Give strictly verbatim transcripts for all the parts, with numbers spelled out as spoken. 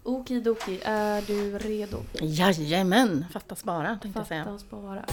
Okidoki, är du redo? Jajamän, fattas bara, tänkte jag säga. Fattas bara.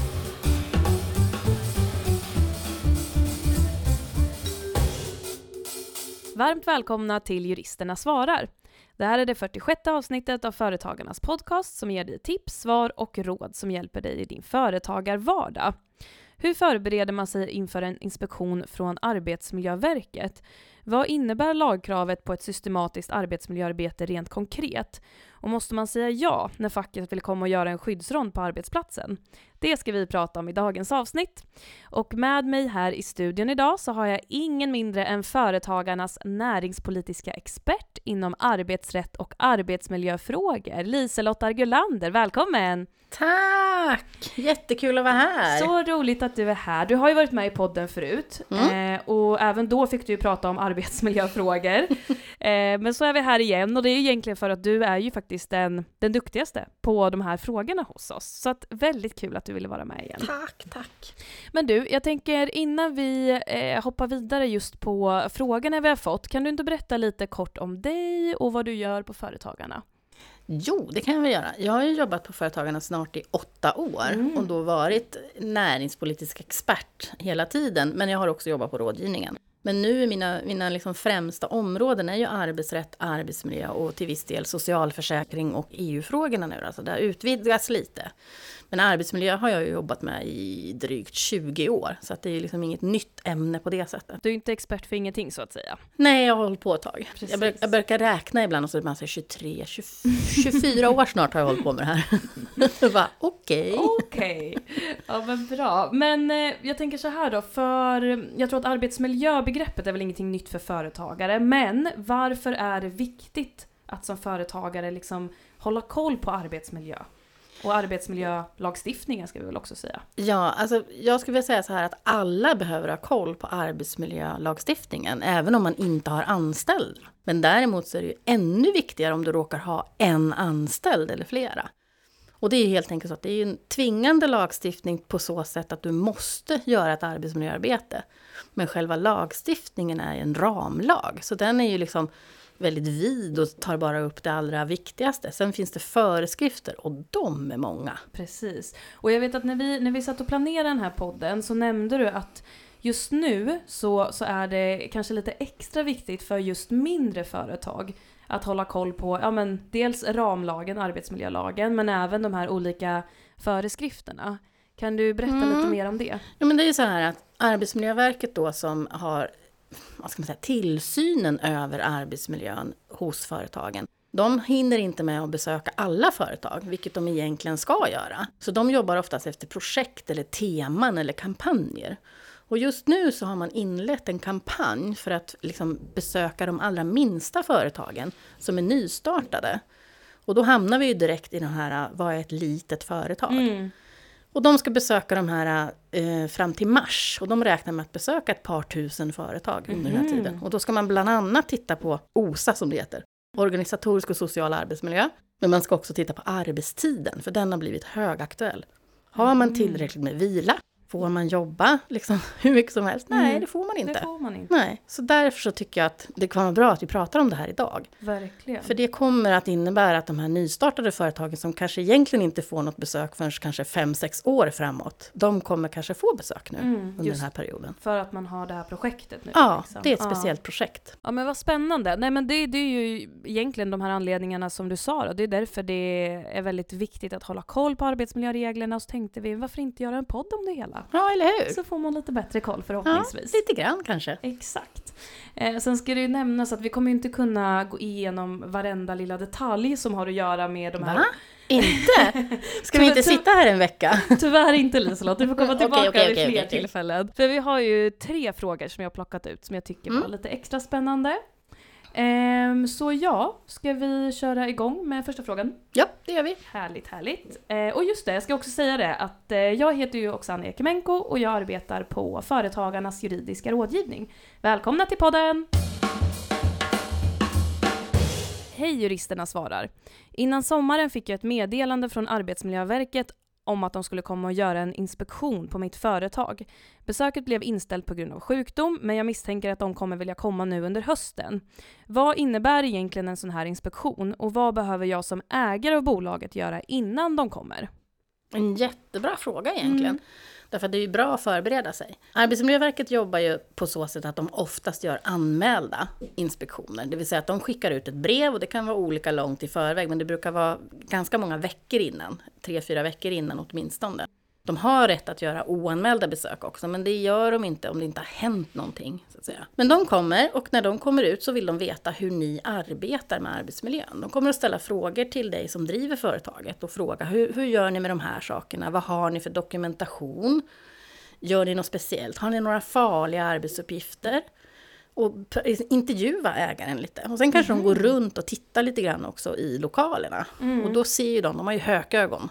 Varmt välkomna till Juristerna svarar. Det här är det fyrtiosjätte avsnittet av Företagarnas podcast som ger dig tips, svar och råd som hjälper dig i din företagarvardag. Hur förbereder man sig inför en inspektion från Arbetsmiljöverket? Vad innebär lagkravet på ett systematiskt arbetsmiljöarbete rent konkret? Och måste man säga ja när facket vill komma och göra en skyddsrond på arbetsplatsen? Det ska vi prata om i dagens avsnitt. Och med mig här i studion idag så har jag ingen mindre än Företagarnas näringspolitiska expert inom arbetsrätt och arbetsmiljöfrågor, Liselott Argulander. Välkommen! Tack! Jättekul att vara här. Så roligt att du är här. Du har ju varit med i podden förut. Mm. Eh, och även då fick du ju prata om arbetsmiljöfrågor. eh, men så är vi här igen. Och det är ju egentligen för att du är ju faktiskt den, den duktigaste på de här frågorna hos oss. Så att väldigt kul att du ville vara med igen. Tack, tack. Men du, jag tänker innan vi eh, hoppar vidare just på frågorna vi har fått. Kan du inte berätta lite kort om dig och vad du gör på Företagarna? Jo, det kan jag väl göra. Jag har ju jobbat på Företagarna snart i åtta år mm. och då varit näringspolitisk expert hela tiden. Men jag har också jobbat på rådgivningen. Men nu är mina, mina liksom främsta områden är ju arbetsrätt, arbetsmiljö och till viss del socialförsäkring och E U-frågorna nu. Alltså det har utvidgats lite. Men arbetsmiljö har jag ju jobbat med i drygt tjugo år. Så att det är ju liksom inget nytt ämne på det sättet. Du är inte expert för ingenting så att säga. Nej, jag har hållit på ett tag. Jag, bör, jag börkar räkna ibland och så är man tjugotre, tjugo, tjugofyra år snart har jag hållit på med det här. Okej. Okej. Ja, men bra. Men eh, jag tänker så här då. För jag tror att arbetsmiljöbegreppet är väl ingenting nytt för företagare. Men varför är det viktigt att som företagare liksom hålla koll på arbetsmiljö? Och arbetsmiljölagstiftningen ska vi väl också säga. Ja, alltså jag skulle vilja säga så här att alla behöver ha koll på arbetsmiljölagstiftningen. Även om man inte har anställd. Men däremot så är det ju ännu viktigare om du råkar ha en anställd eller flera. Och det är ju helt enkelt så att det är ju en tvingande lagstiftning på så sätt att du måste göra ett arbetsmiljöarbete. Men själva lagstiftningen är en ramlag. Så den är ju liksom väldigt vid och tar bara upp det allra viktigaste. Sen finns det föreskrifter och de är många. Precis. Och jag vet att när vi, när vi satt och planerade den här podden så nämnde du att just nu så, så är det kanske lite extra viktigt för just mindre företag att hålla koll på ja, men dels ramlagen, arbetsmiljölagen, men även de här olika föreskrifterna. Kan du berätta mm. lite mer om det? Ja, men det är ju så här att Arbetsmiljöverket då som har vad ska man säga, tillsynen över arbetsmiljön hos företagen. De hinner inte med att besöka alla företag, vilket de egentligen ska göra. Så de jobbar oftast efter projekt eller teman eller kampanjer. Och just nu så har man inlett en kampanj för att liksom besöka de allra minsta företagen som är nystartade. Och då hamnar vi ju direkt i den här, vad är ett litet företag? Mm. Och de ska besöka de här eh, fram till mars. Och de räknar med att besöka ett par tusen företag under mm. den här tiden. Och då ska man bland annat titta på O S A som det heter. Organisatorisk och social arbetsmiljö. Men man ska också titta på arbetstiden. För den har blivit högaktuell. Har man tillräckligt med vila? Får man jobba liksom hur mycket som helst? Nej, det får man inte. Det får man inte. Nej, så därför så tycker jag att det kan vara bra att vi pratar om det här idag. Verkligen. För det kommer att innebära att de här nystartade företagen som kanske egentligen inte får något besök förrän kanske fem sex år framåt. De kommer kanske få besök nu mm, under den här perioden. För att man har det här projektet nu. Ja, liksom. det är ett ja. speciellt projekt. Ja, men vad spännande. Nej, men det, det är ju egentligen de här anledningarna som du sa. Då. Det är därför det är väldigt viktigt att hålla koll på arbetsmiljöreglerna. Och så tänkte vi, varför inte göra en podd om det hela? Ja, eller hur? Så får man lite bättre koll förhoppningsvis. Ja, lite grann kanske. Exakt. Eh, sen ska det ju nämnas att vi kommer inte kunna gå igenom varenda lilla detalj som har att göra med de här... Va? Inte? Ska vi inte sitta här en vecka? Tyvärr inte, Liselott. Du får komma tillbaka okay, okay, vid okay, fler okay. tillfällen. För vi har ju tre frågor som jag har plockat ut som jag tycker mm. var lite extra spännande. Um, så ja, ska vi köra igång med första frågan? Ja, det gör vi. Härligt, härligt. Uh, och just det, jag ska också säga det att uh, jag heter ju Oksana Ekemenko och jag arbetar på Företagarnas juridiska rådgivning. Välkomna till podden! Hej, Juristerna svarar. Innan sommaren fick jag ett meddelande från Arbetsmiljöverket om att de skulle komma och göra en inspektion på mitt företag. Besöket blev inställt på grund av sjukdom, men jag misstänker att de kommer vilja komma nu under hösten. Vad innebär egentligen en sån här inspektion och vad behöver jag som ägare av bolaget göra innan de kommer? En jättebra fråga egentligen. Mm. Därför att det är ju bra att förbereda sig. Arbetsmiljöverket jobbar ju på så sätt att de oftast gör anmälda inspektioner. Det vill säga att de skickar ut ett brev och det kan vara olika långt i förväg. Men det brukar vara ganska många veckor innan. Tre, fyra veckor innan åtminstone. De har rätt att göra oanmälda besök också. Men det gör de inte om det inte har hänt någonting. Så att säga. Men de kommer och när de kommer ut så vill de veta hur ni arbetar med arbetsmiljön. De kommer att ställa frågor till dig som driver företaget. Och fråga hur, hur gör ni med de här sakerna? Vad har ni för dokumentation? Gör ni något speciellt? Har ni några farliga arbetsuppgifter? Och intervjua ägaren lite. Och sen kanske mm. de går runt och tittar lite grann också i lokalerna. Mm. Och då ser ju de, de har ju hökögon.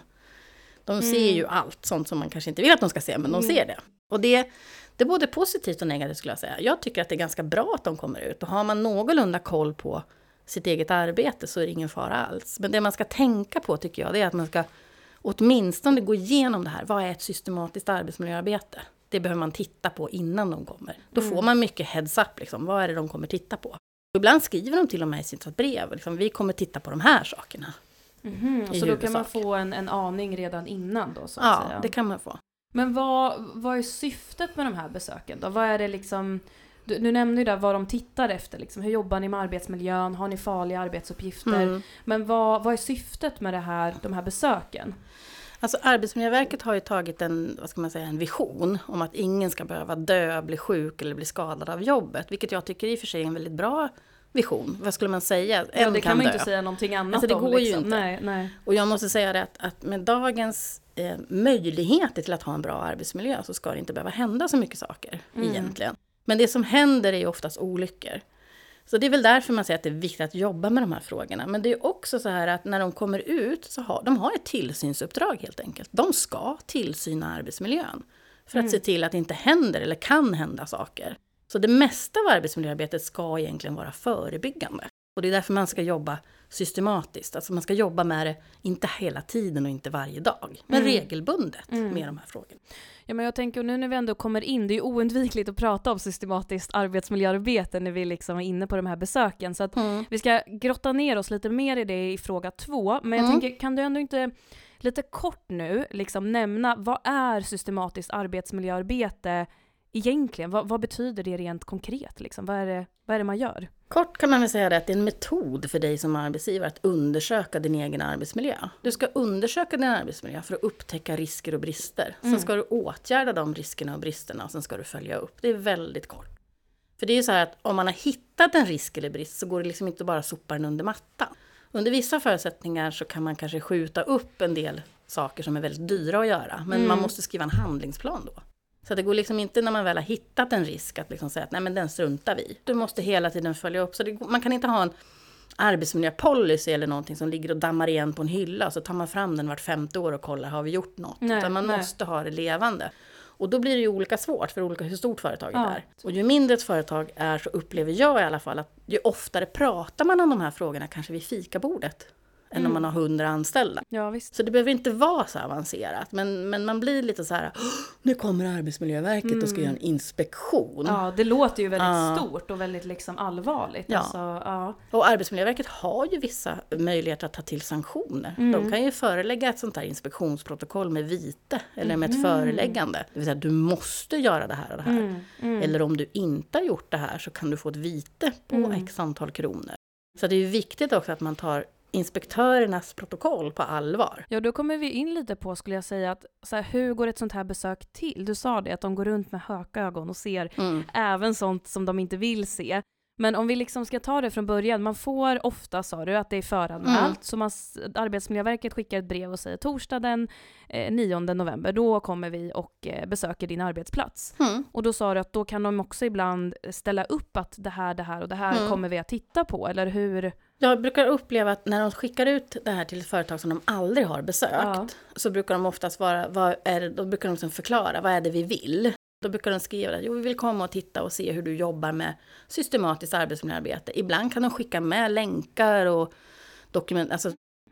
De mm. ser ju allt, sånt som man kanske inte vill att de ska se, men de ser det. Och det, det är både positivt och negativt skulle jag säga. Jag tycker att det är ganska bra att de kommer ut. Och har man någorlunda koll på sitt eget arbete så är det ingen fara alls. Men det man ska tänka på tycker jag, det är att man ska åtminstone gå igenom det här. Vad är ett systematiskt arbetsmiljöarbete? Det behöver man titta på innan de kommer. Då får man mycket heads up, liksom. Vad är det de kommer titta på? Och ibland skriver de till och med i sitt brev, liksom, vi kommer titta på de här sakerna. Mm-hmm. Så då kan man få en, en aning redan innan då, så att ja, säga. det kan man få. Men vad, vad är syftet med de här besöken då? Vad är det liksom, du, du nämnde ju där vad de tittar efter. Liksom. Hur jobbar ni med arbetsmiljön? Har ni farliga arbetsuppgifter? Mm. Men vad, vad är syftet med det här, de här besöken? Alltså Arbetsmiljöverket har ju tagit en, vad ska man säga, en vision om att ingen ska behöva dö, bli sjuk eller bli skadad av jobbet. Vilket jag tycker i och för sig är en väldigt bra vision. Vad skulle man säga? En ja, det kan, kan man dö. Inte säga någonting annat alltså, det om. går Liksom. ju inte. Nej, nej. Och jag måste säga det att, att med dagens eh, möjligheter till att ha en bra arbetsmiljö så ska det inte behöva hända så mycket saker mm. egentligen. Men det som händer är ju oftast olyckor. Så det är väl därför man säger att det är viktigt att jobba med de här frågorna. Men det är också så här att när de kommer ut så har de har ett tillsynsuppdrag helt enkelt. De ska tillsyna arbetsmiljön för att mm. se till att det inte händer eller kan hända saker. Så det mesta av arbetsmiljöarbetet ska egentligen vara förebyggande. Och det är därför man ska jobba systematiskt. Alltså man ska jobba med det, inte hela tiden och inte varje dag. Men mm. regelbundet mm. med de här frågorna. Ja, men jag tänker nu när vi ändå kommer in, det är ju oundvikligt att prata om systematiskt arbetsmiljöarbete när vi liksom är inne på de här besöken. Så att mm. vi ska grotta ner oss lite mer i det i fråga två. Men jag mm. tänker, kan du ändå inte lite kort nu liksom nämna, vad är systematiskt arbetsmiljöarbete egentligen? Vad, vad betyder det rent konkret? Liksom? Vad, är det, vad är det man gör? Kort kan man väl säga att det är en metod för dig som arbetsgivare att undersöka din egen arbetsmiljö. Du ska undersöka din arbetsmiljö för att upptäcka risker och brister. Mm. Sen ska du åtgärda de riskerna och bristerna och sen ska du följa upp. Det är väldigt kort. För det är ju så här att om man har hittat en risk eller brist så går det liksom inte bara att sopa den under mattan. Under vissa förutsättningar så kan man kanske skjuta upp en del saker som är väldigt dyra att göra. Men mm. man måste skriva en handlingsplan då. Så det går liksom inte när man väl har hittat en risk att liksom säga att nej men den struntar vi. Du måste hela tiden följa upp. Så det, man kan inte ha en arbetsmiljöpolicy eller någonting som ligger och dammar igen på en hylla. Och så tar man fram den vart femte år och kollar, har vi gjort något? Nej, Utan man nej. måste ha det levande. Och då blir det ju olika svårt för olika hur stort företaget ja. är. Och ju mindre ett företag är så upplever jag i alla fall att ju oftare pratar man om de här frågorna kanske vid fikabordet. Än mm. om man har hundra anställda. Ja, visst. Så det behöver inte vara så avancerat. Men, men man blir lite så här, nu kommer Arbetsmiljöverket mm. och ska göra en inspektion. Ja, det låter ju väldigt ja. stort och väldigt liksom allvarligt. Ja. Alltså, ja. Och Arbetsmiljöverket har ju vissa möjligheter att ta till sanktioner. Mm. De kan ju förelägga ett sånt här inspektionsprotokoll med vite eller med ett mm. föreläggande. Det vill säga att du måste göra det här och det här. Mm. Mm. Eller om du inte har gjort det här så kan du få ett vite på mm. x antal kronor. Så det är ju viktigt också att man tar inspektörernas protokoll på allvar. Ja, då kommer vi in lite på, skulle jag säga, att så här, hur går ett sånt här besök till? Du sa det, att de går runt med hökögon och ser mm. även sånt som de inte vill se. Men om vi liksom ska ta det från början, man får ofta, sa du, att det är föranmält. Mm. Så man, Arbetsmiljöverket skickar ett brev och säger torsdag den eh, nionde november, då kommer vi och eh, besöker din arbetsplats. Mm. Och då sa du att då kan de också ibland ställa upp att det här, det här och det här mm. kommer vi att titta på, eller hur? Jag brukar uppleva att när de skickar ut det här till ett företag som de aldrig har besökt ja. så brukar de oftast vara, vad är det, då brukar de liksom förklara, vad är det vi vill? Då brukar de skriva att jo, vi vill komma och titta och se hur du jobbar med systematiskt arbetsmiljöarbete. Ibland kan de skicka med länkar och dokument, alltså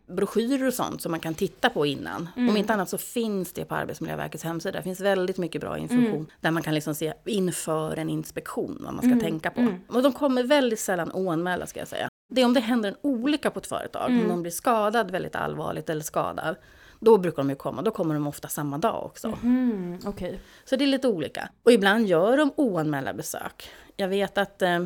broschyrer och sånt som man kan titta på innan. Mm. Om inte annat så finns det på Arbetsmiljöverkets hemsida. Det finns väldigt mycket bra information mm. där man kan liksom se inför en inspektion vad man ska mm. tänka på. Mm. Och de kommer väldigt sällan oanmälda, ska jag säga. Det är om det händer en olycka på ett företag, mm. om de blir skadad väldigt allvarligt eller skadad, då brukar de ju komma. Då kommer de ofta samma dag också. Mm. Okay. Så det är lite olika. Och ibland gör de oanmälda besök. Jag vet att eh,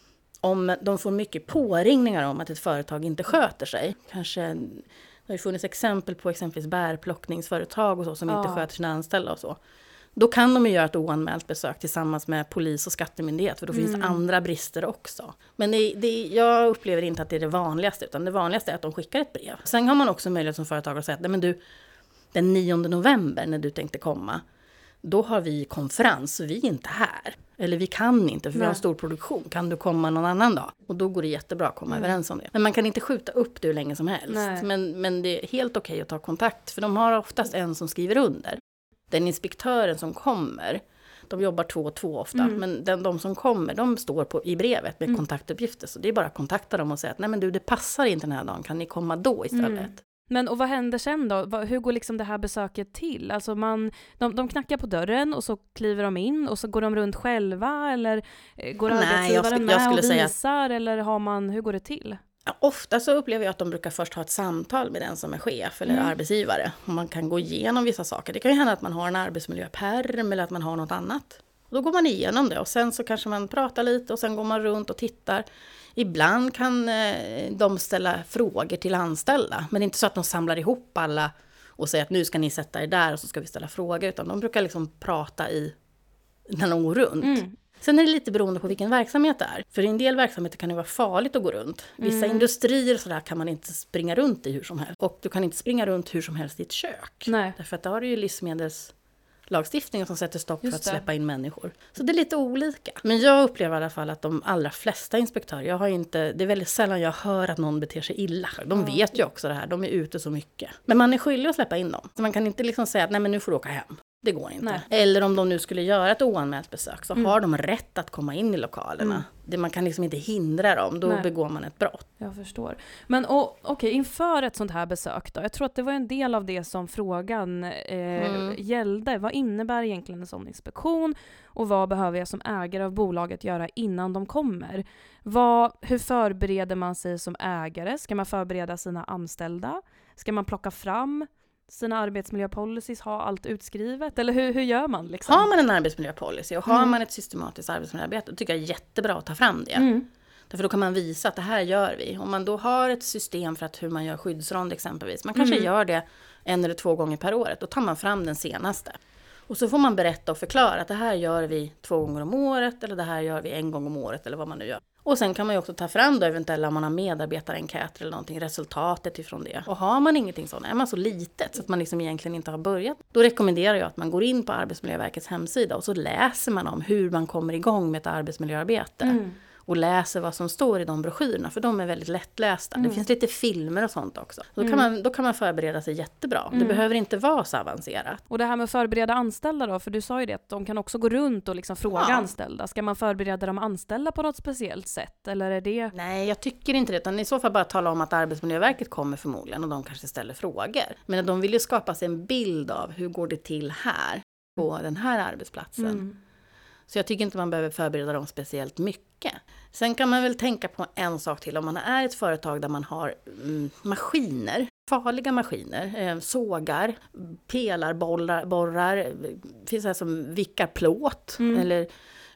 om de får mycket påringningar om att ett företag inte sköter sig, kanske det har ju funnits exempel på exempelvis bärplockningsföretag och så som ja. inte sköter sina anställda och så. Då kan de ju göra ett oanmält besök tillsammans med polis och skattemyndighet, för då mm. finns det andra brister också. Men det, det, jag upplever inte att det är det vanligaste, utan det vanligaste är att de skickar ett brev. Sen har man också möjlighet som företagare att säga att nej, men du, den nionde november när du tänkte komma, då har vi konferens och vi är inte här. Eller vi kan inte, för nej. vi har en stor produktion. Kan du komma någon annan dag? Och då går det jättebra att komma mm. överens om det. Men man kan inte skjuta upp det hur länge som helst. Men, men det är helt okej att ta kontakt, för de har oftast en som skriver under. Den inspektören som kommer, de jobbar två och två ofta, mm. men den, de som kommer, de står på, i brevet med mm. kontaktuppgifter. Så det är bara att kontakta dem och säga att nej men du, det passar inte den här dagen, kan ni komma då istället? Mm. Men och vad händer sen då? Hur går liksom det här besöket till? Alltså man, de, de knackar på dörren och så kliver de in och så går de runt själva, eller går nej, arbetsgivaren jag, med jag och visar, säga att, eller har man, hur går det till? Ja, ofta så upplever jag att de brukar först ha ett samtal med den som är chef eller mm. arbetsgivare. Och man kan gå igenom vissa saker. Det kan ju hända att man har en arbetsmiljöpärm eller att man har något annat. Och då går man igenom det och sen så kanske man pratar lite och sen går man runt och tittar. Ibland kan eh, de ställa frågor till anställda, men det är inte så att de samlar ihop alla och säger att nu ska ni sätta er där och så ska vi ställa frågor, utan de brukar liksom prata i när de går runt. Mm. Sen är det lite beroende på vilken verksamhet det är. För i en del verksamheter kan det vara farligt att gå runt. Vissa mm. industrier så där kan man inte springa runt i hur som helst. Och du kan inte springa runt hur som helst i ett kök. Nej. Därför att det har ju livsmedelslagstiftningen som sätter stopp Just för att det. släppa in människor. Så det är lite olika. Men jag upplever i alla fall att de allra flesta inspektörer, jag har inte, det är väldigt sällan jag hör att någon beter sig illa. De mm. vet ju också det här, de är ute så mycket. Men man är skyldig att släppa in dem. Så man kan inte liksom säga att nej men nu får du åka hem. Det går inte. Nej. Eller om de nu skulle göra ett oanmält besök så mm. har de rätt att komma in i lokalerna. Mm. Det, man kan liksom inte hindra dem, då Nej. begår man ett brott. Jag förstår. Men okej, okay, inför ett sånt här besök då, jag tror att det var en del av det som frågan eh, mm. gällde. Vad innebär egentligen en sån inspektion och vad behöver jag som ägare av bolaget göra innan de kommer? Vad, hur förbereder man sig som ägare? Ska man förbereda sina anställda? Ska man plocka fram sina arbetsmiljöpolicies, ha allt utskrivet? Eller hur, hur gör man? Liksom? Har man en arbetsmiljöpolicy och har mm. man ett systematiskt arbetsmiljöarbete, då tycker jag det är jättebra att ta fram det. Mm. Därför då kan man visa att det här gör vi. Om man då har ett system för att hur man gör skyddsrond exempelvis, man kanske mm. gör det en eller två gånger per år, då tar man fram den senaste. Och så får man berätta och förklara att det här gör vi två gånger om året, eller det här gör vi en gång om året, eller vad man nu gör. Och sen kan man ju också ta fram då eventuellt om man har medarbetarenkäter eller någonting, resultatet ifrån det. Och har man ingenting sånt, är man så litet så att man liksom egentligen inte har börjat, då rekommenderar jag att man går in på Arbetsmiljöverkets hemsida och så läser man om hur man kommer igång med ett arbetsmiljöarbete. Mm. Och läser vad som står i de broschyrerna, för de är väldigt lättlästa. Mm. Det finns lite filmer och sånt också. Då kan, mm. man, då kan man förbereda sig jättebra. Mm. Det behöver inte vara så avancerat. Och det här med att förbereda anställda då, för du sa ju det att de kan också gå runt och liksom fråga ja. anställda. Ska man förbereda de anställda på något speciellt sätt? Eller är det... Nej, jag tycker inte det. Utan i så fall bara tala om att Arbetsmiljöverket kommer förmodligen och de kanske ställer frågor. Men de vill ju skapa sig en bild av hur går det till här på den här arbetsplatsen. Mm. Så jag tycker inte man behöver förbereda dem speciellt mycket. Sen kan man väl tänka på en sak till. Om man är ett företag där man har mm, maskiner, farliga maskiner, eh, sågar, pelarborrar, borrar, finns det som vickar plåt mm. eller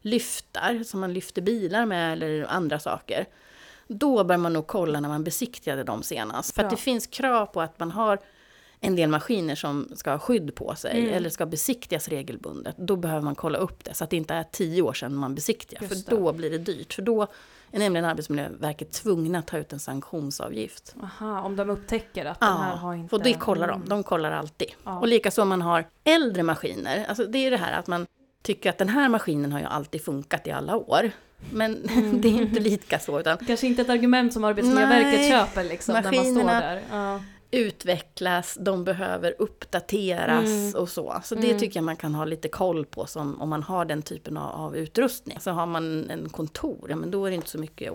lyftar som man lyfter bilar med eller andra saker. Då bör man nog kolla när man besiktigade dem senast. För att det finns krav på att man har en del maskiner som ska ha skydd på sig mm. eller ska besiktigas regelbundet, då behöver man kolla upp det så att det inte är tio år sedan man besiktigar. Just för då det. blir det dyrt. För då är nämligen Arbetsmiljöverket tvungna att ta ut en sanktionsavgift. Aha, om de upptäcker att ja, den här har inte... och det kollar de. De kollar alltid. Ja. Och likaså om man har äldre maskiner. Alltså det är det här att man tycker att den här maskinen har ju alltid funkat i alla år. Men mm. det är inte lika så. Utan... Kanske inte ett argument som Arbetsmiljöverket Nej, köper liksom, när man står där. Ja. Utvecklas, de behöver uppdateras mm. och så. Så det mm. tycker jag man kan ha lite koll på som, om man har den typen av, av utrustning. Så har man en kontor, ja, men då är det inte så mycket att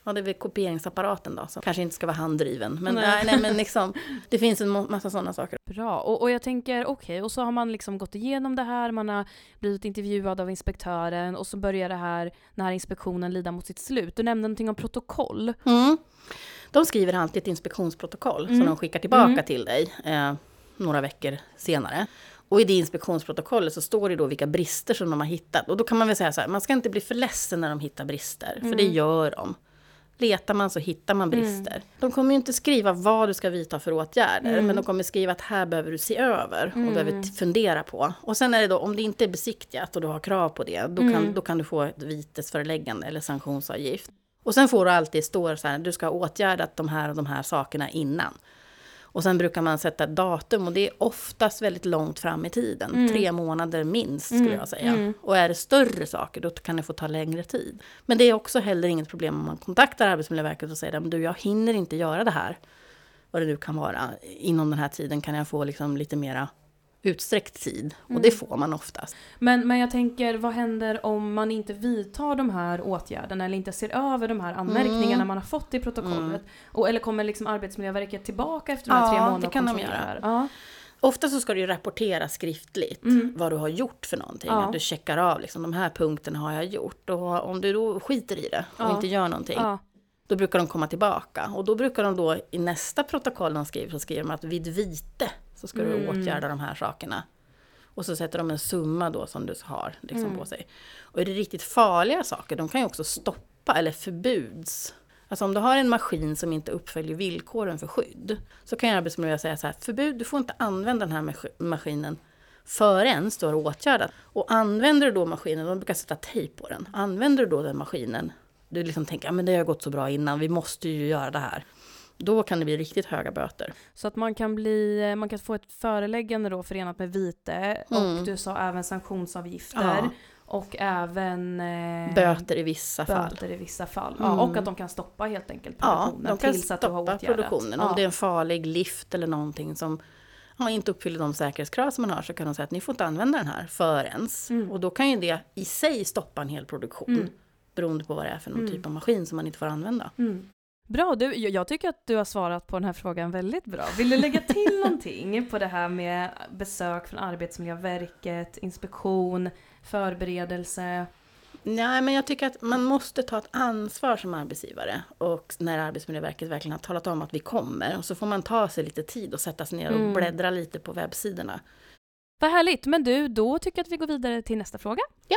Ja, det är väl kopieringsapparaten då, som kanske inte ska vara handdriven. Men, nej. Nej, men liksom, det finns en massa sådana saker. Bra, och, och jag tänker, okej, okay, och så har man liksom gått igenom det här, man har blivit intervjuad av inspektören och så börjar det här, den här inspektionen lida mot sitt slut. Du nämnde någonting om protokoll. Mm. De skriver alltid ett inspektionsprotokoll mm. som de skickar tillbaka mm. till dig eh, några veckor senare. Och i det inspektionsprotokollet så står det då vilka brister som de har hittat. Och då kan man väl säga så här, man ska inte bli för ledsen när de hittar brister, mm. för det gör de. Letar man så hittar man brister. Mm. De kommer ju inte skriva vad du ska vidta för åtgärder. Mm. Men de kommer skriva att här behöver du se över. Och mm. behöver fundera på. Och sen är det då, om det inte är besiktigat och du har krav på det. Då, mm. kan, då kan du få ett vitesföreläggande eller sanktionsavgift. Och sen får du alltid stå så här, du ska ha åtgärdat de här och de här sakerna innan. Och sen brukar man sätta ett datum och det är oftast väldigt långt fram i tiden. Mm. Tre månader minst skulle mm. jag säga. Mm. Och är det större saker då kan det få ta längre tid. Men det är också heller inget problem om man kontaktar Arbetsmiljöverket och säger att du, jag hinner inte göra det här. Vad det nu kan vara. Inom den här tiden kan jag få liksom lite mera utsträckt tid. Och mm. det får man oftast. Men, men jag tänker, vad händer om man inte vidtar de här åtgärderna eller inte ser över de här anmärkningarna mm. man har fått i protokollet? Mm. Och, eller kommer liksom Arbetsmiljöverket tillbaka efter de här ja, tre månaderna? Ja, det kan de göra. Ja. Ofta så ska du ju rapportera skriftligt mm. vad du har gjort för någonting. Ja. Att du checkar av, liksom, de här punkterna har jag gjort. Och om du då skiter i det och ja. inte gör någonting, ja. då brukar de komma tillbaka. Och då brukar de då i nästa protokoll de skriver, så skriver de att vid vite så ska du mm. åtgärda de här sakerna. Och så sätter de en summa då som du har liksom mm. på sig. Och är det riktigt farliga saker, de kan ju också stoppa eller förbuds. Alltså om du har en maskin som inte uppföljer villkoren för skydd, så kan Arbetsmiljöverket säga så här, förbud, du får inte använda den här maskinen förrän du har åtgärdat. Och använder du då maskinen, de brukar sätta tejp på den. Använder du då den maskinen, du liksom tänker, ja men det har gått så bra innan, vi måste ju göra det här. Då kan det bli riktigt höga böter. Så att man kan bli, man kan få ett föreläggande då förenat med vite mm. och du sa även sanktionsavgifter ja. och även eh, böter i vissa böter fall. Böter i vissa fall. Ja, mm. och att de kan stoppa helt enkelt produktionen ja, de kan tills att du har åtgärdat. produktionen. Ja. Om det är en farlig lift eller någonting som ja, inte uppfyller de säkerhetskrav som man har, så kan de säga att ni får inte använda den här förrän. Mm. Och då kan ju det i sig stoppa en hel produktion. Mm. Beroende på vad det är för någon mm. typ av maskin som man inte får använda. Mm. Bra, du, jag tycker att du har svarat på den här frågan väldigt bra. Vill du lägga till någonting på det här med besök från Arbetsmiljöverket, inspektion, förberedelse? Nej, men jag tycker att man måste ta ett ansvar som arbetsgivare. Och när Arbetsmiljöverket verkligen har talat om att vi kommer. Och så får man ta sig lite tid och sätta sig ner och mm. bläddra lite på webbsidorna. Vad härligt, men du, då tycker jag att vi går vidare till nästa fråga. Ja.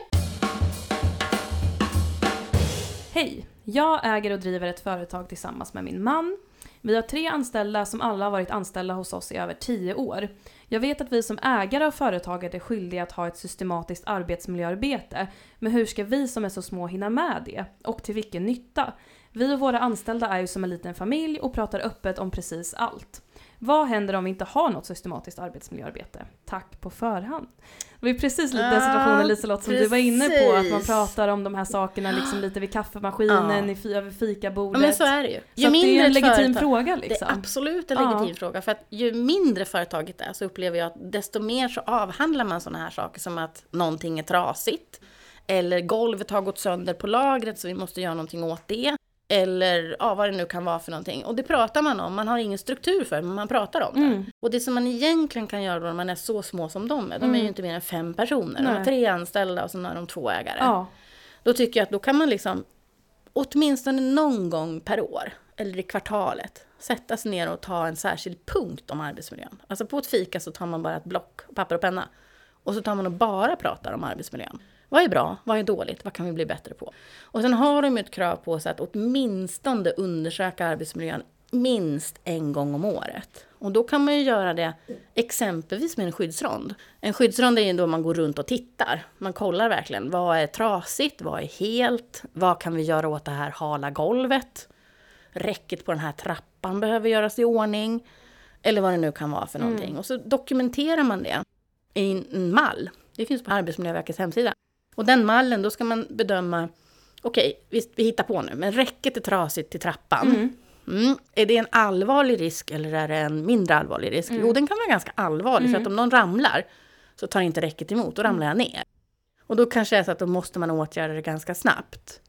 Hej, jag äger och driver ett företag tillsammans med min man. Vi har tre anställda som alla har varit anställda hos oss i över tio år. Jag vet att vi som ägare av företaget är skyldiga att ha ett systematiskt arbetsmiljöarbete. Men hur ska vi som är så små hinna med det? Och till vilken nytta? Vi och våra anställda är ju som en liten familj och pratar öppet om precis allt. Vad händer om vi inte har något systematiskt arbetsmiljöarbete? Tack på förhand. Det var ju precis lite den situationen, Liselott, som precis. Du var inne på. Att man pratar om de här sakerna liksom lite vid kaffemaskinen, ja. i, över fikabordet. Ja, men så är det ju. Ju så mindre det är en legitim företag, fråga. Liksom. Det är absolut en legitim ja. fråga. För att ju mindre företaget är, så upplever jag att desto mer så avhandlar man sådana här saker som att någonting är trasigt. Eller golvet har gått sönder på lagret så vi måste göra någonting åt det. Eller ja, vad det nu kan vara för någonting. Och det pratar man om. Man har ingen struktur för men man pratar om det. Mm. Och det som man egentligen kan göra då när man är så små som de är. De mm. är ju inte mer än fem personer. De har tre anställda och så har de två ägare. Ja. Då tycker jag att då kan man liksom åtminstone någon gång per år eller i kvartalet sätta sig ner och ta en särskild punkt om arbetsmiljön. Alltså på ett fika så tar man bara ett block, papper och penna. Och så tar man och bara pratar om arbetsmiljön. Vad är bra? Vad är dåligt? Vad kan vi bli bättre på? Och sen har de ett krav på sig att åtminstone undersöka arbetsmiljön minst en gång om året. Och då kan man ju göra det exempelvis med en skyddsrond. En skyddsrond är ju då man går runt och tittar. Man kollar verkligen, vad är trasigt? Vad är helt? Vad kan vi göra åt det här hala golvet? Räcket på den här trappan behöver göras i ordning. Eller vad det nu kan vara för någonting. Mm. Och så dokumenterar man det i en mall. Det finns på Arbetsmiljöverkets hemsida. Och den mallen, då ska man bedöma, okej, okay, vi, vi hittar på nu, men räcket är trasigt till trappan. Mm. Mm. Är det en allvarlig risk eller är det en mindre allvarlig risk? Mm. Jo, den kan vara ganska allvarlig, mm. för att om någon ramlar så tar inte räcket emot, då ramlar jag ner. Och då kanske det är så att då måste man åtgärda det ganska snabbt.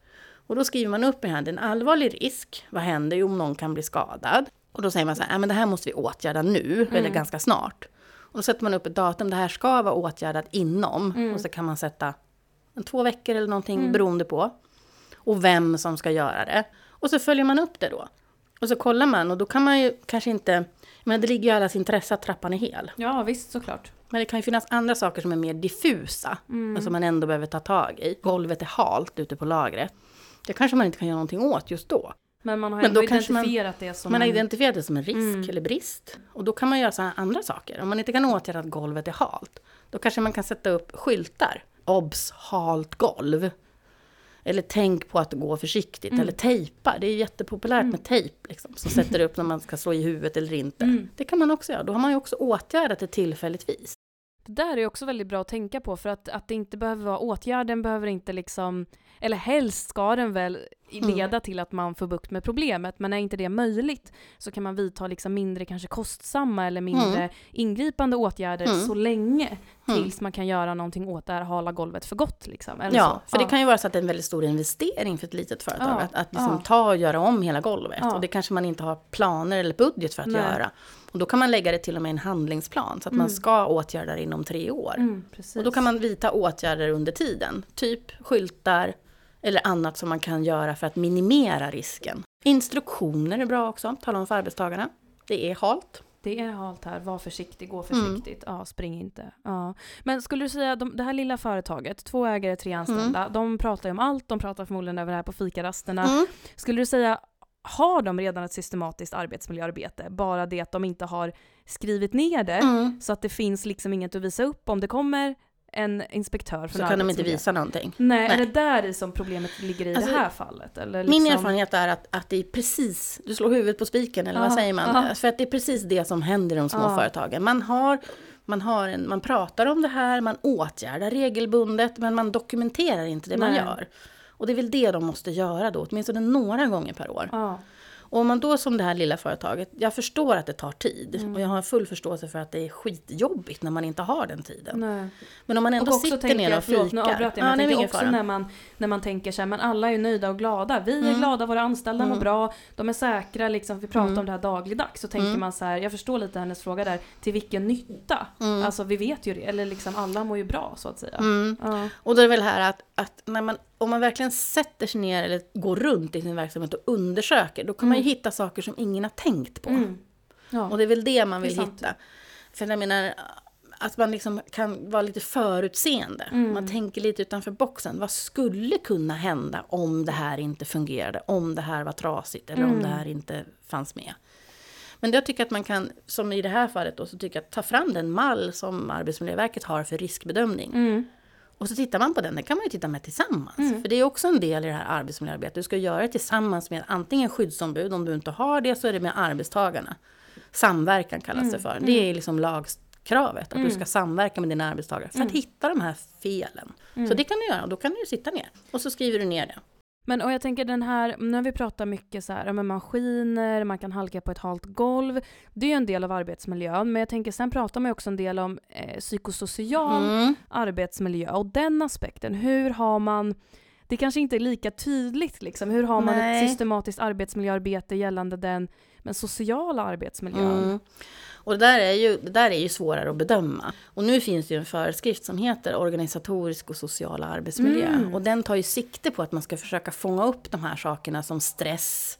Och då skriver man upp i här, det är en allvarlig risk. Vad händer ju om någon kan bli skadad? Och då säger man så här, äh, men det här måste vi åtgärda nu, mm. eller ganska snart. Och då sätter man upp ett datum, det här ska vara åtgärdat inom. Mm. Och så kan man sätta en två veckor eller någonting mm. beroende på. Och vem som ska göra det. Och så följer man upp det då. Och så kollar man, och då kan man ju kanske inte... Men det ligger ju i allas intresse att trappan är hel. Ja, visst, såklart. Men det kan ju finnas andra saker som är mer diffusa. Mm. Alltså man ändå behöver ta tag i. Golvet är halt ute på lagret. Det kanske man inte kan göra någonting åt just då. Men man har ändå identifierat man, det som Man en... har identifierat det som en risk mm. eller brist. Och då kan man göra så här andra saker. Om man inte kan åtgärda att golvet är halt. Då kanske man kan sätta upp skyltar. Obs, halt golv. Eller tänk på att gå försiktigt. Mm. Eller tejpa. Det är jättepopulärt mm. med tejp. Liksom, som sätter upp när man ska slå i huvudet eller inte. Mm. Det kan man också göra. Då har man ju också åtgärdat det tillfälligtvis. Det där är också väldigt bra att tänka på. För att, att det inte behöver vara åtgärden. Behöver inte liksom... Eller helst ska den väl leda mm. till att man får bukt med problemet. Men är inte det möjligt så kan man vidta liksom mindre kanske kostsamma eller mindre mm. ingripande åtgärder mm. så länge mm. tills man kan göra någonting åt det här hala golvet för gott. Liksom, eller ja, så. för ja. det kan ju vara så att det är en väldigt stor investering för ett litet företag. Ja. Att, att liksom ja. ta och göra om hela golvet. Ja. Och det kanske man inte har planer eller budget för att Nej. göra. Och då kan man lägga det till och med i en handlingsplan. Så att mm. man ska åtgärda det inom tre år. Mm, och då kan man vidta åtgärder under tiden. Typ skyltar. Eller annat som man kan göra för att minimera risken. Instruktioner är bra också. Tala om för arbetstagarna. Det är halt. Det är halt här. Var försiktig, gå försiktigt. Mm. Ja, spring inte. Ja. Men skulle du säga, de, det här lilla företaget, två ägare, tre anställda, mm. de pratar ju om allt. De pratar förmodligen över det här på fikarasterna. Mm. Skulle du säga, har de redan ett systematiskt arbetsmiljöarbete? Bara det att de inte har skrivit ner det. Mm. Så att det finns liksom inget att visa upp om det kommer... en inspektör för så kan de inte visa någonting. Nej, Nej. Är det där som problemet ligger i alltså, det här fallet? Eller liksom... Min erfarenhet är att, att det är precis, du slår huvudet på spiken eller ah, vad säger man? Ah. För att det är precis det som händer i de små ah. företagen. Man har, man har en, man pratar om det här, man åtgärdar regelbundet, men man dokumenterar inte det Nej. man gör. Och det är väl det de måste göra då, åtminstone några gånger per år. Ah. Och om man då som det här lilla företaget, jag förstår att det tar tid. Mm. Och jag har full förståelse för att det är skitjobbigt när man inte har den tiden. Nej. Men om man ändå sitter ner och fikar. Förlåt, nu avbröt jag, men jag tänker också när man, när man tänker så här, men alla är nöjda och glada. Vi är mm. glada, våra anställda mm. mår bra, de är säkra, liksom, vi pratar mm. om det här dagligdags. Så tänker mm. man så här, jag förstår lite hennes fråga där, till vilken nytta? Mm. Alltså vi vet ju det, eller liksom alla mår ju bra så att säga. Mm. Ja. Och då är det väl här att, att när man om man verkligen sätter sig ner eller går runt i sin verksamhet och undersöker, då kan mm. man ju hitta saker som ingen har tänkt på. Mm. Ja. Och det är väl det man vill det hitta. För jag menar, att man liksom kan vara lite förutseende. Mm. Man tänker lite utanför boxen. Vad skulle kunna hända om det här inte fungerade? Om det här var trasigt eller mm. om det här inte fanns med? Men jag tycker att man kan, som i det här fallet då, så tycker jag att ta fram den mall som Arbetsmiljöverket har för riskbedömning. Mm. Och så tittar man på den, det kan man ju titta med tillsammans. Mm. För det är också en del i det här arbetsmiljöarbetet. Du ska göra det tillsammans med antingen skyddsombud, om du inte har det så är det med arbetstagarna. Samverkan kallas mm. det för. Det är liksom lagkravet, att mm. du ska samverka med dina arbetstagare för att mm. hitta de här felen. Mm. Så det kan du göra, och då kan du ju sitta ner och så skriver du ner det. Men och jag tänker den här, när vi pratar mycket så här med maskiner, man kan halka på ett halt golv. Det är ju en del av arbetsmiljön, men jag tänker sen pratar man ju också en del om eh, psykosocial mm. arbetsmiljö och den aspekten. Hur har man, det kanske inte är lika tydligt liksom, hur har man Nej. ett systematiskt arbetsmiljöarbete gällande den men sociala arbetsmiljön? Mm. Och det där, är ju, det där är ju svårare att bedöma. Och nu finns det ju en föreskrift som heter organisatorisk och social arbetsmiljö. Mm. Och den tar ju sikte på att man ska försöka fånga upp de här sakerna som stress.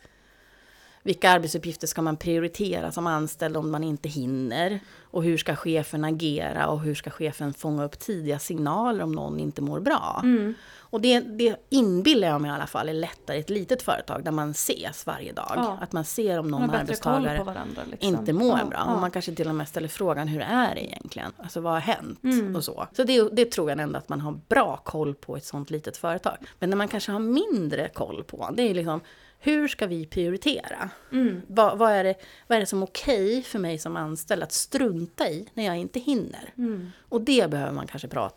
Vilka arbetsuppgifter ska man prioritera som anställd om man inte hinner? Och hur ska chefen agera? Och hur ska chefen fånga upp tidiga signaler om någon inte mår bra? Mm. Och det, det inbillar jag mig i alla fall är lättare i ett litet företag där man ses varje dag. Ja. Att man ser om någon arbetstagare varandra, liksom. inte mår ja, bra. Ja. Och man kanske till och med ställer frågan, hur är det egentligen? Alltså vad har hänt? Mm. Och så så det, det tror jag ändå att man har bra koll på ett sånt litet företag. Men när man kanske har mindre koll på, det är liksom, hur ska vi prioritera? Mm. Vad, vad, är det, vad är det som är okej för mig som anställd att strunta i när jag inte hinner? Mm. Och det behöver man kanske prata om.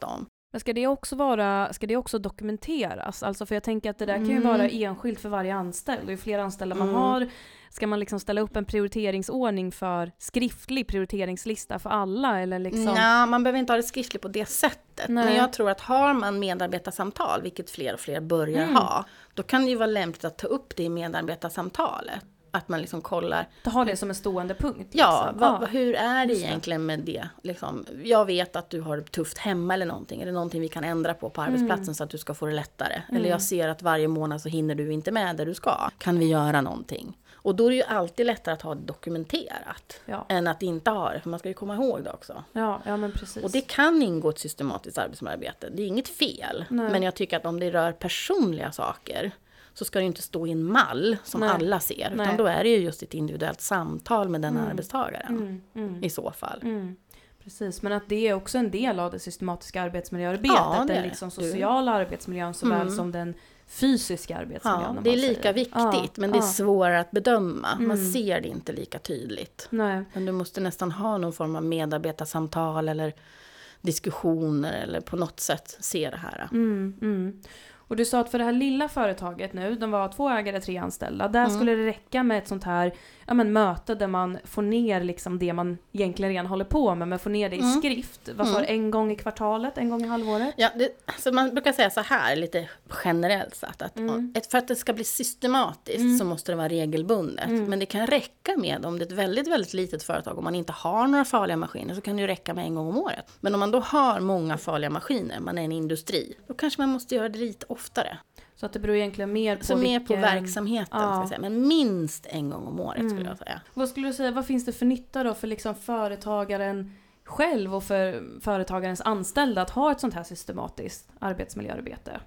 Men ska det också vara, ska det också dokumenteras? Alltså för jag tänker att det där kan ju vara enskilt för varje anställd. Och ju fler anställda man Mm. har, ska man liksom ställa upp en prioriteringsordning för skriftlig prioriteringslista för alla? Eller liksom... Ja, man behöver inte ha det skriftligt på det sättet. Nej. Men jag tror att har man medarbetarsamtal, vilket fler och fler börjar Mm. ha, då kan det ju vara lämpligt att ta upp det i medarbetarsamtalet. Att man liksom kollar. Att ha det som en stående punkt. Ja, Liksom. vad, vad- hur är det Just det. egentligen med det? Liksom, jag vet att du har det tufft hemma eller någonting. Är det någonting vi kan ändra på på arbetsplatsen Mm. så att du ska få det lättare? Mm. Eller jag ser att varje månad så hinner du inte med där du ska. Kan vi göra någonting? Och då är det ju alltid lättare att ha det dokumenterat. Ja. Än att inte ha det, för man ska ju komma ihåg det också. Ja, ja, men precis. Och det kan ingå ett systematiskt arbetsmiljöarbete. Det är inget fel. Nej. Men jag tycker att om det rör personliga saker så ska det inte stå i en mall som Nej. alla ser. Utan Nej. då är det ju just ett individuellt samtal med den Mm. arbetstagaren. Mm, mm. I så fall. Mm. Precis, men att det är också en del av det systematiska arbetsmiljöarbetet. Ja, det är den det. liksom Du- sociala arbetsmiljön såväl Mm. som den fysiska arbetsmiljön. Ja, om det är man lika säger. viktigt, Ja, men det är ja. svårare att bedöma. Man Mm. ser det inte lika tydligt. Nej. Men du måste nästan ha någon form av medarbetarsamtal eller diskussioner eller på något sätt se det här. Mm, mm. Och du sa att för det här lilla företaget nu, de var två ägare, tre anställda, där Mm. skulle det räcka med ett sånt här ja, men, möte där man får ner liksom det man egentligen redan håller på med, men får ner det i Mm. skrift. Vad sa Mm. du, en gång i kvartalet, en gång i halvåret? Ja, det, så man brukar säga så här, lite generellt sagt, att Mm. ett, för att det ska bli systematiskt Mm. så måste det vara regelbundet. Mm. Men det kan räcka med, om det är ett väldigt, väldigt litet företag, om man inte har några farliga maskiner, så kan det ju räcka med en gång om året. Men om man då har många farliga maskiner, man är en industri, då kanske man måste göra det lite oftare. Så att det beror egentligen mer på Så mer på vilken... verksamheten, Ja. ska jag säga. Men minst en gång om året Mm. skulle jag säga. Vad skulle du säga, vad finns det för nytta då för liksom företagaren själv och för företagarens anställda att ha ett sånt här systematiskt arbetsmiljöarbete?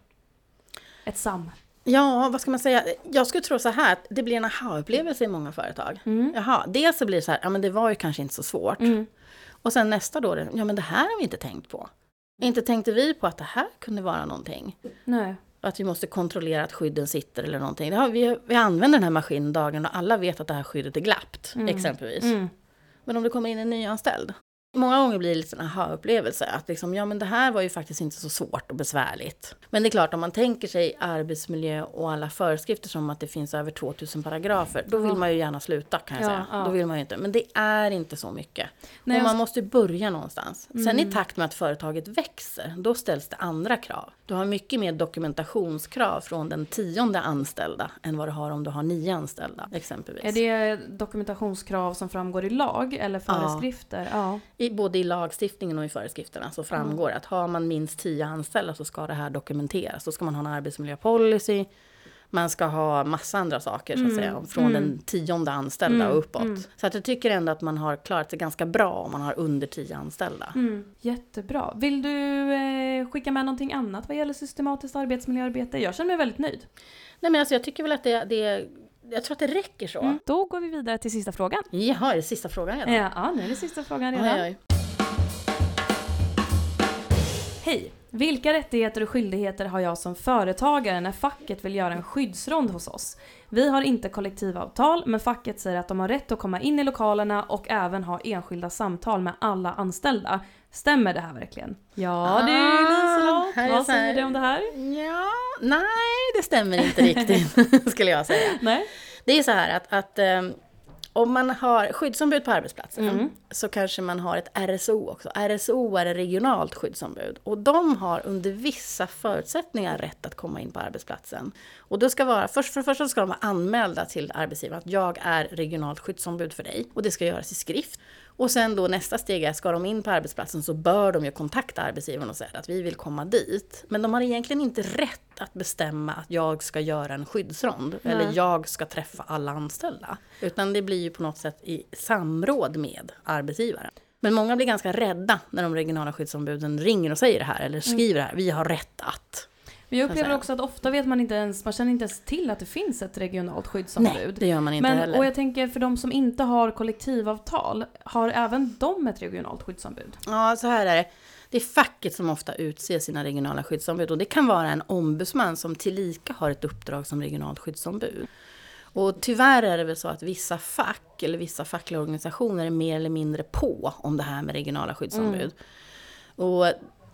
Ett sam. Ja, vad ska man säga? Jag skulle tro så här att det blir en aha-upplevelse i många företag. Mm. Jaha, dels så blir det så här, ja men det var ju kanske inte så svårt. Mm. Och sen nästa då, ja men det här har vi inte tänkt på. Inte tänkte vi på att det här kunde vara någonting. Nej. Att vi måste kontrollera att skydden sitter eller någonting. Det har vi, vi använder den här maskinen dagen och alla vet att det här skyddet är glappt, Mm. exempelvis. Mm. Men om det kommer in en nyanställd. Många gånger blir det lite en aha-upplevelse. Att liksom, ja men det här var ju faktiskt inte så svårt och besvärligt. Men det är klart, om man tänker sig arbetsmiljö och alla föreskrifter som att det finns över tvåtusen paragrafer. Då vill Ja. man ju gärna sluta, kan jag Ja, säga. ja. Då vill man ju inte. Men det är inte så mycket. Nej, och man jag- måste ju börja någonstans. Sen Mm. i takt med att företaget växer, då ställs det andra krav. Du har mycket mer dokumentationskrav från den tionde anställda än vad du har om du har nio anställda, exempelvis. Är det dokumentationskrav som framgår i lag eller föreskrifter? Ja. I, både i lagstiftningen och i föreskrifterna så framgår att har man minst tio anställda så ska det här dokumenteras. Då ska man ha en arbetsmiljöpolicy. Man ska ha massa andra saker så att Mm, säga, från mm. den tionde anställda Mm, och uppåt. mm. Så att jag tycker ändå att man har klarat sig ganska bra om man har under tio anställda. Mm. Jättebra. Vill du eh, skicka med någonting annat vad gäller systematiskt arbetsmiljöarbete? Jag känner mig väldigt nöjd. Nej men alltså jag tycker väl att det, det jag tror att det räcker så. Mm. Då går vi vidare till sista frågan. Jaha, är det sista frågan redan? Ja, ja, nu är det sista frågan redan. Oj, oj. Hej! Vilka rättigheter och skyldigheter har jag som företagare när facket vill göra en skyddsrond hos oss? Vi har inte kollektivavtal, men facket säger att de har rätt att komma in i lokalerna och även ha enskilda samtal med alla anställda. Stämmer det här verkligen? Ja, det är Liselott. här är Vad så här- säger du om det här? Ja, nej det stämmer inte riktigt skulle jag säga. Nej? Det är så här att, att um, om man har skyddsombud på arbetsplatsen Mm. så kanske man har ett R S O också. R S O är ett regionalt skyddsombud och de har under vissa förutsättningar rätt att komma in på arbetsplatsen. Och då ska vara, först, för det första ska de vara anmälda till arbetsgivaren att jag är regionalt skyddsombud för dig och det ska göras i skrift. Och sen då nästa steg är, ska de in på arbetsplatsen så bör de ju kontakta arbetsgivaren och säga att vi vill komma dit. Men de har egentligen inte rätt att bestämma att jag ska göra en skyddsrond. Nej. Eller jag ska träffa alla anställda. Utan det blir ju på något sätt i samråd med arbetsgivaren. Men många blir ganska rädda när de regionala skyddsombuden ringer och säger det här. Eller skriver det här. Vi har rätt att. Men jag kan upplever säga. också att ofta vet man inte ens, man känner inte ens till att det finns ett regionalt skyddsombud. Nej, det gör man inte Men, heller. och jag tänker för de som inte har kollektivavtal, har även de ett regionalt skyddsombud? Ja, så här är det. Det är facket som ofta utser sina regionala skyddsombud. Och det kan vara en ombudsman som tillika har ett uppdrag som regionalt skyddsombud. Och tyvärr är det väl så att vissa fack eller vissa fackliga organisationer är mer eller mindre på om det här med regionala skyddsombud. Och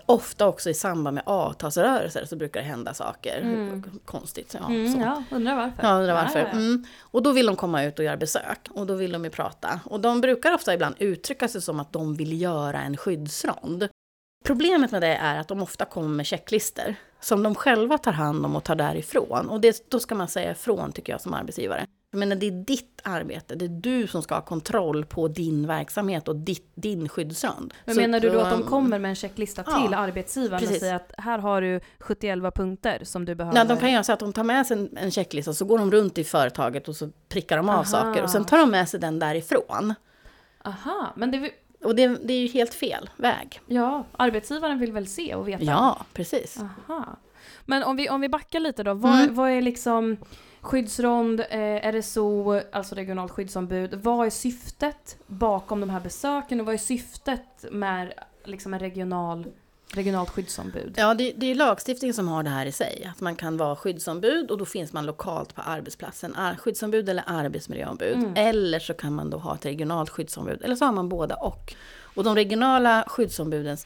ofta också i samband med avtalsrörelser så brukar det hända saker. Mm. Konstigt. Ja, Mm, så. ja, undrar varför. Ja, undrar varför. Ja, ja, ja. Mm. Och då vill de komma ut och göra besök. Och då vill de ju prata. Och de brukar ofta ibland uttrycka sig som att de vill göra en skyddsrond. Problemet med det är att de ofta kommer med checklister som de själva tar hand om och tar därifrån. Och det, då ska man säga ifrån, tycker jag, som arbetsgivare. Jag menar, det är ditt arbete. Det är du som ska ha kontroll på din verksamhet och ditt, din skyddsrond. Men Så, menar du då att de kommer med en checklista ja, till arbetsgivaren precis. och säger att här har du sjuttioelva punkter som du behöver? Ja, de kan göra så att de tar med sig en, en checklista, så går de runt i företaget och så prickar de av Aha. saker. Och sen tar de med sig den därifrån. Aha, men det, Och det, det är ju helt fel väg. ja, arbetsgivaren vill väl se och veta? Ja, precis. Aha. Men om vi, om vi backar lite då, vad, Mm. vad är liksom skyddsrond, eh, R S O, alltså regionalt skyddsombud, vad är syftet bakom de här besöken och vad är syftet med liksom en regional, regionalt skyddsombud? Ja, det, det är lagstiftningen som har det här i sig. Att man kan vara skyddsombud och då finns man lokalt på arbetsplatsen. Ar- Skyddsombud eller arbetsmiljöombud. Mm. Eller så kan man då ha ett regionalt skyddsombud. Eller så har man båda och. Och de regionala skyddsombudens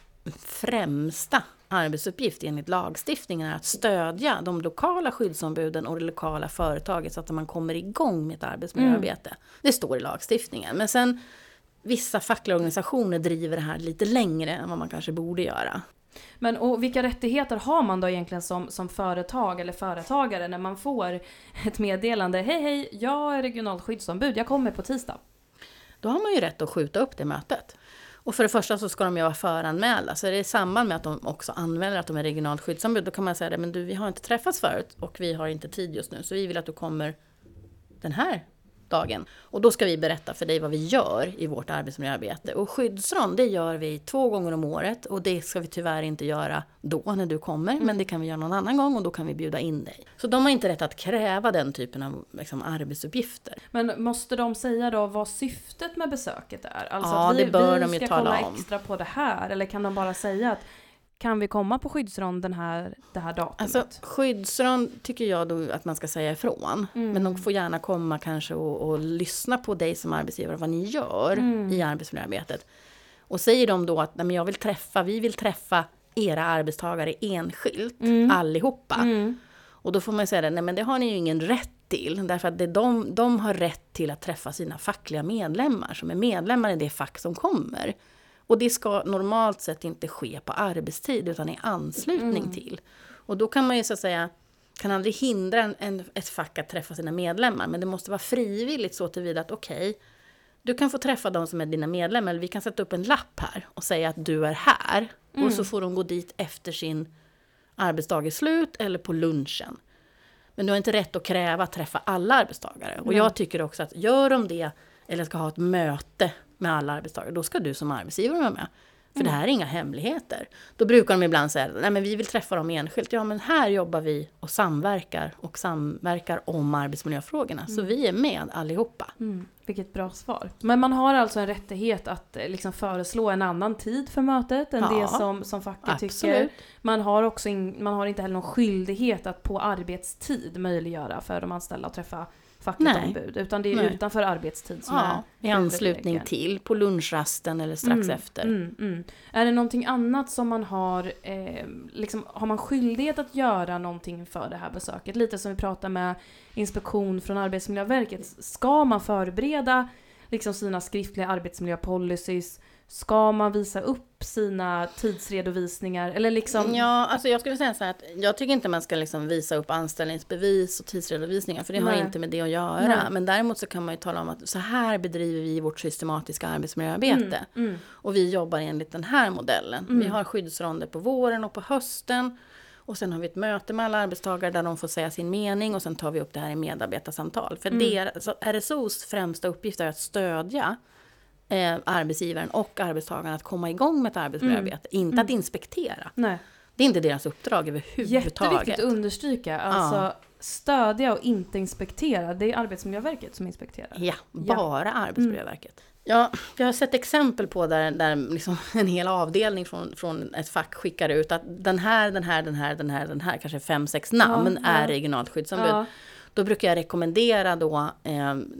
främsta arbetsuppgift enligt lagstiftningen är att stödja de lokala skyddsombuden och det lokala företaget så att man kommer igång med ett arbetsmiljöarbete. Mm. Det står i lagstiftningen. Men sen vissa fackliga organisationer driver det här lite längre än vad man kanske borde göra. Men och vilka rättigheter har man då egentligen som, som företag eller företagare när man får ett meddelande? Hej hej, jag är regionalt skyddsombud, jag kommer på tisdag. Då har man ju rätt att skjuta upp det mötet. Och för det första så ska de ju vara föranmälda. Så det är i samband med att de också anmäler att de är regionalt skyddsombud. Då kan man säga det, men du, vi har inte träffats förut och vi har inte tid just nu. Så vi vill att du kommer den här dagen. Och då ska vi berätta för dig vad vi gör i vårt arbetsmiljöarbete. Och skyddsrond, det gör vi två gånger om året. Och det ska vi tyvärr inte göra då när du kommer. Men det kan vi göra någon annan gång och då kan vi bjuda in dig. Så de har inte rätt att kräva den typen av liksom, arbetsuppgifter. Men måste de säga då vad syftet med besöket är? Alltså Ja, att vi, det bör vi de ju ska tala kolla om. extra på det här? Eller kan de bara säga att kan vi komma på skyddsrond den här, det här datumet? Alltså skyddsrond tycker jag då att man ska säga ifrån. Mm. Men de får gärna komma kanske och, och lyssna på dig som arbetsgivare, vad ni gör Mm. i arbetsmiljöarbetet. Och säger de då att nej, men jag vill träffa, vi vill träffa era arbetstagare enskilt, Mm. allihopa. Mm. Och då får man säga det, nej men det har ni ju ingen rätt till. Därför att det de, de har rätt till att träffa sina fackliga medlemmar som är medlemmar i det fack som kommer. Och det ska normalt sett inte ske på arbetstid utan i anslutning Mm. till. Och då kan man ju så att säga, kan aldrig hindra en, en, ett fack att träffa sina medlemmar. Men det måste vara frivilligt så tillvida att okej, okay, du kan få träffa de som är dina medlemmar. Eller vi kan sätta upp en lapp här och säga att du är här. Mm. Och så får de gå dit efter sin arbetsdag är slut eller på lunchen. Men du har inte rätt att kräva att träffa alla arbetstagare. Och Nej. jag tycker också att gör de det eller ska ha ett möte med alla arbetstagare, då ska du som arbetsgivare vara med. För Mm. det här är inga hemligheter. Då brukar de ibland säga, nej men vi vill träffa dem enskilt. Ja men här jobbar vi och samverkar och samverkar om arbetsmiljöfrågorna. Så vi är med allihopa. Mm. Vilket bra svar. Men man har alltså en rättighet att eh, liksom föreslå en annan tid för mötet än Ja, det som, som facket absolut. tycker. Man har, också in, man har inte heller någon skyldighet att på arbetstid möjliggöra för de anställda att träffa facket Nej. ombud. Utan det är Nej. utanför arbetstid som Ja, är i anslutning huvudregeln. till, på lunchrasten eller strax Mm, efter. Mm, mm. Är det någonting annat som man har, eh, liksom, har man skyldighet att göra någonting för det här besöket? Lite som vi pratar med inspektion från Arbetsmiljöverket. Ska man förbereda liksom, sina skriftliga arbetsmiljöpolicies? Ska man visa upp sina tidsredovisningar? Eller liksom... Ja, alltså jag skulle säga så här att jag tycker inte man ska liksom visa upp anställningsbevis och tidsredovisningar, för det Nej. har inte med det att göra. Nej. Men däremot så kan man ju tala om att så här bedriver vi vårt systematiska arbetsmiljöarbete. Mm, mm. Och vi jobbar enligt den här modellen. Mm. Vi har skyddsronder på våren och på hösten. Och sen har vi ett möte med alla arbetstagare där de får säga sin mening. Och sen tar vi upp det här i medarbetarsamtal. För Mm. det, så R S O:s främsta uppgift är att stödja eh, arbetsgivaren och arbetstagaren att komma igång med ett arbetsmiljöarbete. Mm. Inte Mm. att inspektera. Nej. Det är inte deras uppdrag överhuvudtaget. Jätteviktigt att understryka. Alltså Ja. stödja och inte inspektera. Det är Arbetsmiljöverket som inspekterar. Ja, bara Arbetsmiljöverket. Ja, jag har sett exempel på där, där liksom en hel avdelning från, från ett fack skickar ut att den här, den här, den här, den här, den här, kanske fem, sex namn Ja, ja. är regionalt skyddsombud. Ja. Då brukar jag rekommendera då eh,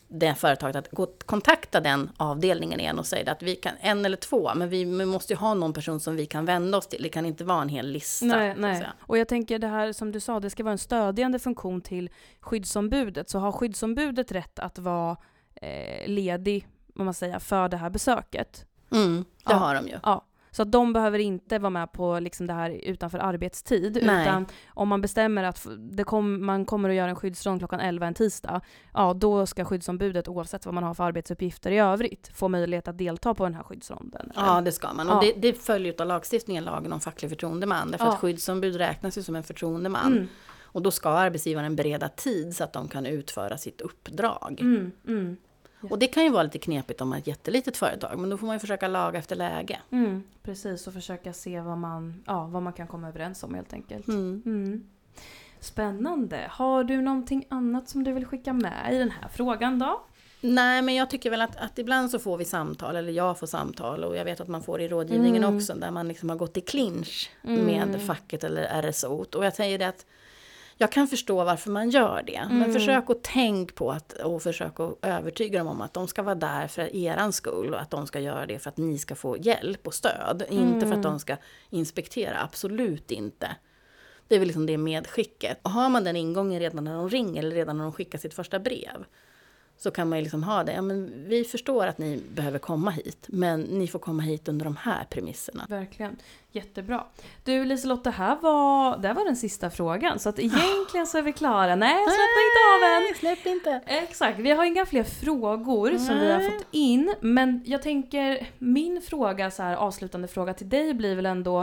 det företaget att gå, kontakta den avdelningen igen och säga att vi kan, en eller två, men vi, vi måste ju ha någon person som vi kan vända oss till. Det kan inte vara en hel lista. Nej, nej. Och jag tänker det här som du sa, det ska vara en stödjande funktion till skyddsombudet. Så har skyddsombudet rätt att vara eh, ledig, vad man säger, för det här besöket? Mm, det ja. har de ju. Ja. Så att de behöver inte vara med på liksom det här utanför arbetstid. Nej. Utan om man bestämmer att det kom, man kommer att göra en skyddsrond klockan elva en tisdag, ja, då ska skyddsombudet, oavsett vad man har för arbetsuppgifter i övrigt, få möjlighet att delta på den här skyddsronden. Ja, det ska man. Ja. Och det, det följer av lagstiftningen, lagen om facklig förtroendeman. Därför ja. att skyddsombud räknas ju som en förtroendeman. Mm. Och då ska arbetsgivaren bereda tid så att de kan utföra sitt uppdrag. Mm, mm. Och det kan ju vara lite knepigt om man är ett jättelitet företag, men då får man ju försöka laga efter läge. Mm, precis, och försöka se vad man, ja, vad man kan komma överens om helt enkelt. Mm. Mm. Spännande. Har du någonting annat som du vill skicka med i den här frågan då? Nej, men jag tycker väl att, att ibland så får vi samtal, eller jag får samtal, och jag vet att man får i rådgivningen mm. också, där man liksom har gått i clinch mm. med facket eller R S O. Och jag säger det att jag kan förstå varför man gör det. Mm. Men försök att tänka på att, och försök att övertyga dem om att de ska vara där för eran skull. Och att de ska göra det för att ni ska få hjälp och stöd. Mm. Inte för att de ska inspektera. Absolut inte. Det är väl liksom det medskicket. Och har man den ingången redan när de ringer eller redan när de skickar sitt första brev, så kan man ju liksom ha det. Ja, men vi förstår att ni behöver komma hit, men ni får komma hit under de här premisserna. Verkligen. Jättebra. Du Liselotte, det här var, det här var den sista frågan. Så att egentligen så är vi klara. Nej, släpp inte av än. Släpp inte. Exakt. Vi har inga fler frågor Nej. som vi har fått in. Men jag tänker, min fråga, så här, avslutande fråga till dig blir väl ändå,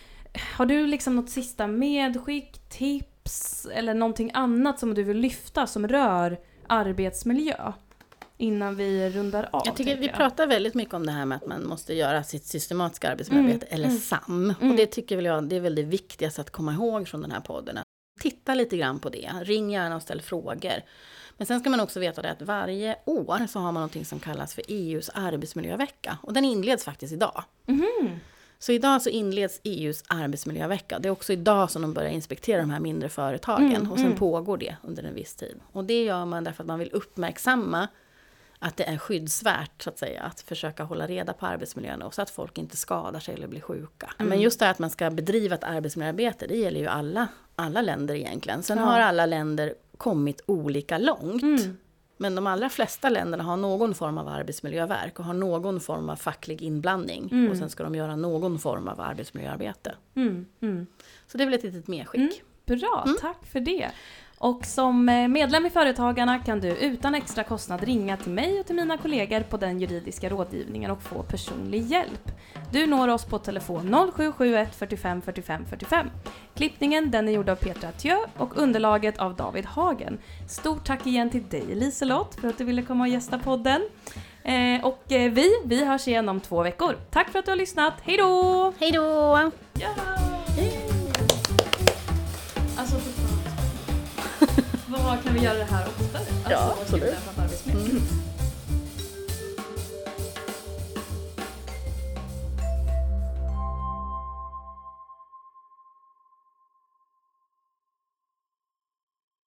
har du liksom något sista medskick, tips eller någonting annat som du vill lyfta som rör arbetsmiljö innan vi rundar av? Jag tycker vi jag. pratar väldigt mycket om det här med att man måste göra sitt systematiska arbetsmiljöarbete mm. eller mm. S A M. Mm. Och det tycker väl jag, det är väl det viktigaste att komma ihåg från den här podden. Titta lite grann på det. Ring gärna och ställ frågor. Men sen ska man också veta det att varje år så har man något som kallas för E U:s arbetsmiljövecka. Och den inleds faktiskt idag. Mm. Så idag så inleds E U:s arbetsmiljövecka. Det är också idag som de börjar inspektera de här mindre företagen. Mm, och sen mm. pågår det under en viss tid. Och det gör man därför att man vill uppmärksamma att det är skyddsvärt, så att säga, att försöka hålla reda på arbetsmiljön och så att folk inte skadar sig eller blir sjuka. Mm. Men just det att man ska bedriva ett arbetsmiljöarbete, det gäller ju alla, alla länder egentligen. Sen ja. har alla länder kommit olika långt. Mm. Men de allra flesta länderna har någon form av arbetsmiljöverk och har någon form av facklig inblandning. Mm. Och sen ska de göra någon form av arbetsmiljöarbete. Mm. Mm. Så det är väl ett litet medskick. Mm. Bra, mm. tack för det. Och som medlem i Företagarna kan du utan extra kostnad ringa till mig och till mina kollegor på den juridiska rådgivningen och få personlig hjälp. Du når oss på telefon noll sju sju ett fyrtiofem fyrtiofem fyrtiofem. Klippningen den är gjord av Petra Thieu och underlaget av David Hagen. Stort tack igen till dig Liselotte för att du ville komma och gästa podden. Eh, och eh, vi, vi hörs igen om två veckor. Tack för att du har lyssnat. Hej då! Hej då! Ja! Alltså, vad kan vi göra det här oftare? Alltså, ja, absolut. Mm.